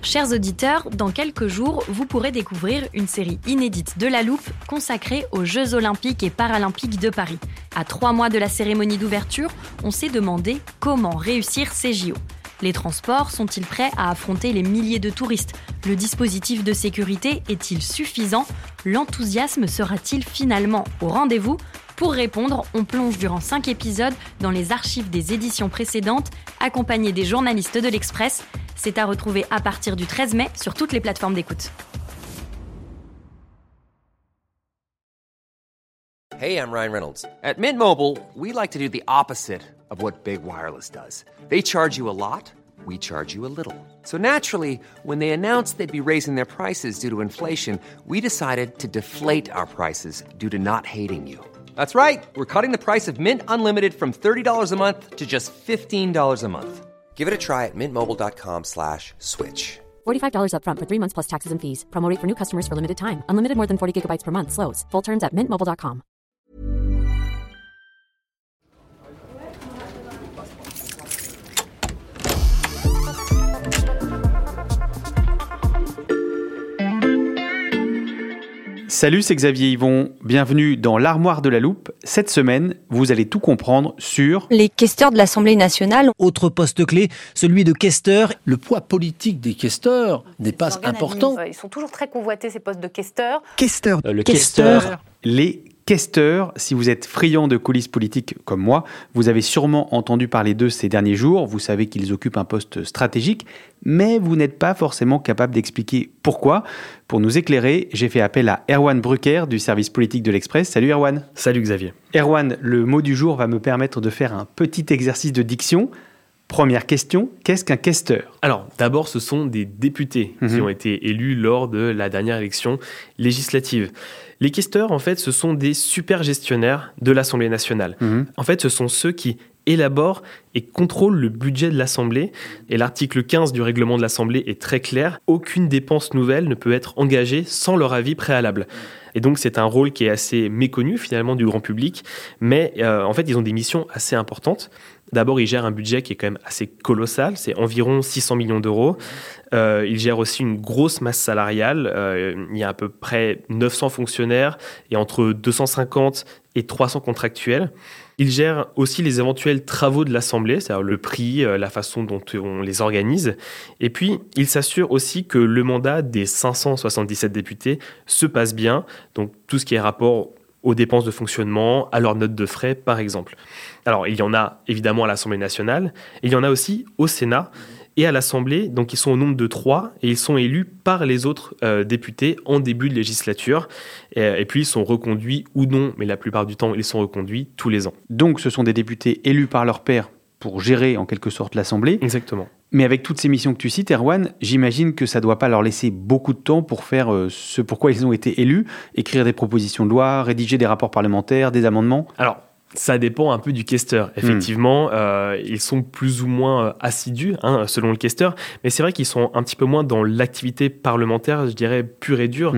Chers auditeurs, dans quelques jours, vous pourrez découvrir une série inédite de La Loupe consacrée aux Jeux Olympiques et Paralympiques de Paris. À 3 mois de la cérémonie d'ouverture, on s'est demandé comment réussir ces JO. Les transports sont-ils prêts à affronter les milliers de touristes ? Le dispositif de sécurité est-il suffisant ? L'enthousiasme sera-t-il finalement au rendez-vous ? Pour répondre, on plonge durant 5 épisodes dans les archives des éditions précédentes, accompagnés des journalistes de l'Express. C'est à retrouver à partir du 13 mai sur toutes les plateformes d'écoute. Hey, I'm Ryan Reynolds. At Mint Mobile, we like to do the opposite of what Big Wireless does. They charge you a lot, we charge you a little. So naturally, when they announced they'd be raising their prices due to inflation, we decided to deflate our prices due to not hating you. That's right. We're cutting the price of Mint Unlimited from $30 a month to just $15 a month. Give it a try at mintmobile.com/switch. $45 up front for 3 months plus taxes and fees. Promo rate for new customers for limited time. Unlimited more than 40 gigabytes per month. Slows full terms at mintmobile.com. Salut, c'est Xavier Yvon. Bienvenue dans l'Armoire de la Loupe. Cette semaine, vous allez tout comprendre sur les questeurs de l'Assemblée nationale. Autre poste clé, celui de questeur. Le poids politique des questeurs n'est pas important. Ils sont toujours très convoités, ces postes de questeurs. Questeur. le questeur. Les questeurs, si vous êtes friand de coulisses politiques comme moi, vous avez sûrement entendu parler d'eux ces derniers jours. Vous savez qu'ils occupent un poste stratégique, mais vous n'êtes pas forcément capable d'expliquer pourquoi. Pour nous éclairer, j'ai fait appel à Erwan Brucker du service politique de l'Express. Salut Erwan. Salut Xavier. Erwan, le mot du jour va me permettre de faire un petit exercice de diction. Première question, qu'est-ce qu'un questeur ? Alors, d'abord, ce sont des députés qui ont été élus lors de la dernière élection législative. Les questeurs, en fait, ce sont des super gestionnaires de l'Assemblée nationale. En fait, ce sont ceux qui élaborent et contrôlent le budget de l'Assemblée. Et l'article 15 du règlement de l'Assemblée est très clair. Aucune dépense nouvelle ne peut être engagée sans leur avis préalable. Et donc, c'est un rôle qui est assez méconnu, finalement, du grand public. Mais en fait, ils ont des missions assez importantes. D'abord, ils gèrent un budget qui est quand même assez colossal. C'est environ 600 millions d'euros. Ils gèrent aussi une grosse masse salariale. Il y a à peu près 900 fonctionnaires et entre 250 et 300 contractuels. Ils gèrent aussi les éventuels travaux de l'Assemblée, c'est-à-dire le prix, la façon dont on les organise. Et puis, ils s'assurent aussi que le mandat des 577 députés se passe bien. Donc, tout ce qui est rapport aux dépenses de fonctionnement, à leurs notes de frais, par exemple. Alors, il y en a évidemment à l'Assemblée nationale, et il y en a aussi au Sénat et à l'Assemblée. Donc, ils sont au nombre de 3, et ils sont élus par les autres députés en début de législature. Et puis, ils sont reconduits ou non, mais la plupart du temps, ils sont reconduits tous les ans. Donc, ce sont des députés élus par leur pairs pour gérer en quelque sorte l'Assemblée. Exactement. Mais avec toutes ces missions que tu cites, Erwan, j'imagine que ça ne doit pas leur laisser beaucoup de temps pour faire ce pourquoi ils ont été élus, écrire des propositions de loi, rédiger des rapports parlementaires, des amendements. Alors, ça dépend un peu du questeur. Effectivement, ils sont plus ou moins assidus, selon le questeur, mais c'est vrai qu'ils sont un petit peu moins dans l'activité parlementaire, je dirais, pure et dure,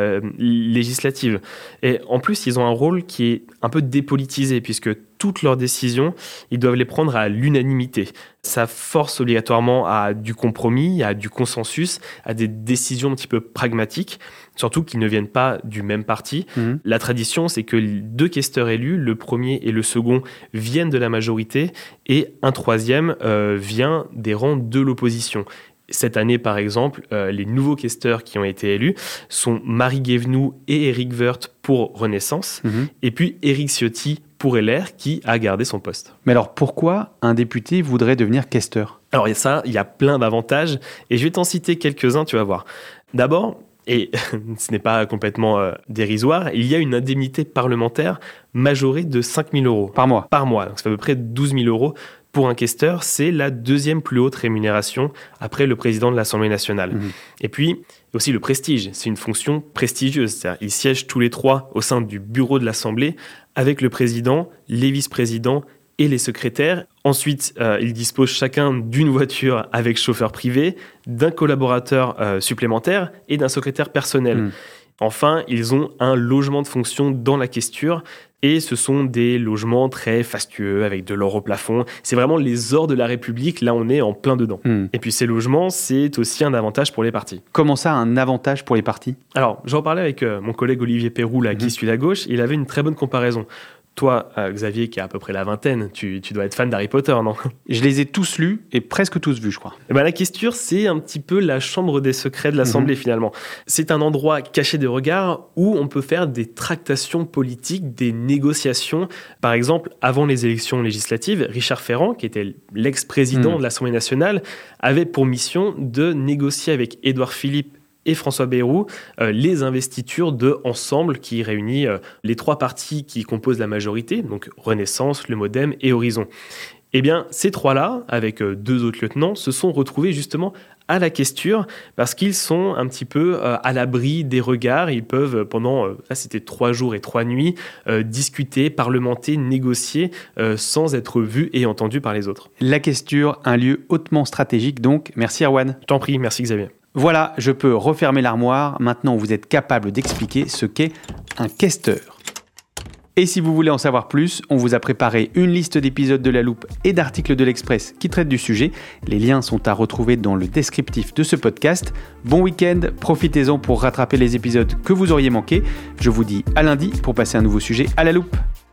législative. Et en plus, ils ont un rôle qui est un peu dépolitisé, puisque toutes leurs décisions, ils doivent les prendre à l'unanimité. Ça force obligatoirement à du compromis, à du consensus, à des décisions un petit peu pragmatiques, surtout qu'ils ne viennent pas du même parti. La tradition, c'est que 2 questeurs élus, le premier et le second, viennent de la majorité et un troisième vient des rangs de l'opposition. Cette année, par exemple, les nouveaux questeurs qui ont été élus sont Marie Guévenoux et Éric Woerth pour Renaissance, et puis Éric Ciotti pour LR, qui a gardé son poste. Mais alors, pourquoi un député voudrait devenir questeur ? Alors, il y a plein d'avantages, et je vais t'en citer quelques-uns, tu vas voir. D'abord, et ce n'est pas complètement dérisoire, il y a une indemnité parlementaire majorée de 5 000 euros. Par mois ? Par mois, donc ça fait à peu près 12 000 euros. Pour un questeur, c'est la 2e plus haute rémunération après le président de l'Assemblée nationale. Et puis, aussi le prestige. C'est une fonction prestigieuse. C'est-à-dire, ils siègent tous les 3 au sein du bureau de l'Assemblée avec le président, les vice-présidents et les secrétaires. Ensuite, ils disposent chacun d'une voiture avec chauffeur privé, d'un collaborateur supplémentaire et d'un secrétaire personnel. Enfin, ils ont un logement de fonction dans la questure. Et ce sont des logements très fastueux, avec de l'or au plafond. C'est vraiment les ors de la République. Là, on est en plein dedans. Et puis ces logements, c'est aussi un avantage pour les partis. Comment ça, un avantage pour les partis ? Alors, j'en parlais avec mon collègue Olivier Perroux, là, qui suit la gauche. Il avait une très bonne comparaison. Toi, Xavier, qui a à peu près la vingtaine, tu dois être fan d'Harry Potter, non ? Je les ai tous lus et presque tous vus, je crois. Et la questure, c'est un petit peu la chambre des secrets de l'Assemblée, finalement. C'est un endroit caché des regards où on peut faire des tractations politiques, des négociations. Par exemple, avant les élections législatives, Richard Ferrand, qui était l'ex-président de l'Assemblée nationale, avait pour mission de négocier avec Édouard Philippe et François Bayrou, les investitures de Ensemble, qui réunit les 3 partis qui composent la majorité, donc Renaissance, le Modem et Horizon. Eh bien, ces 3-là, avec 2 autres lieutenants, se sont retrouvés justement à la questure, parce qu'ils sont un petit peu à l'abri des regards. Ils peuvent, pendant, là c'était 3 jours et 3 nuits, discuter, parlementer, négocier, sans être vus et entendus par les autres. La questure, un lieu hautement stratégique donc. Merci Erwan. Je t'en prie, merci Xavier. Voilà, je peux refermer l'armoire. Maintenant, vous êtes capable d'expliquer ce qu'est un questeur. Et si vous voulez en savoir plus, on vous a préparé une liste d'épisodes de La Loupe et d'articles de l'Express qui traitent du sujet. Les liens sont à retrouver dans le descriptif de ce podcast. Bon week-end, profitez-en pour rattraper les épisodes que vous auriez manqués. Je vous dis à lundi pour passer un nouveau sujet à La Loupe.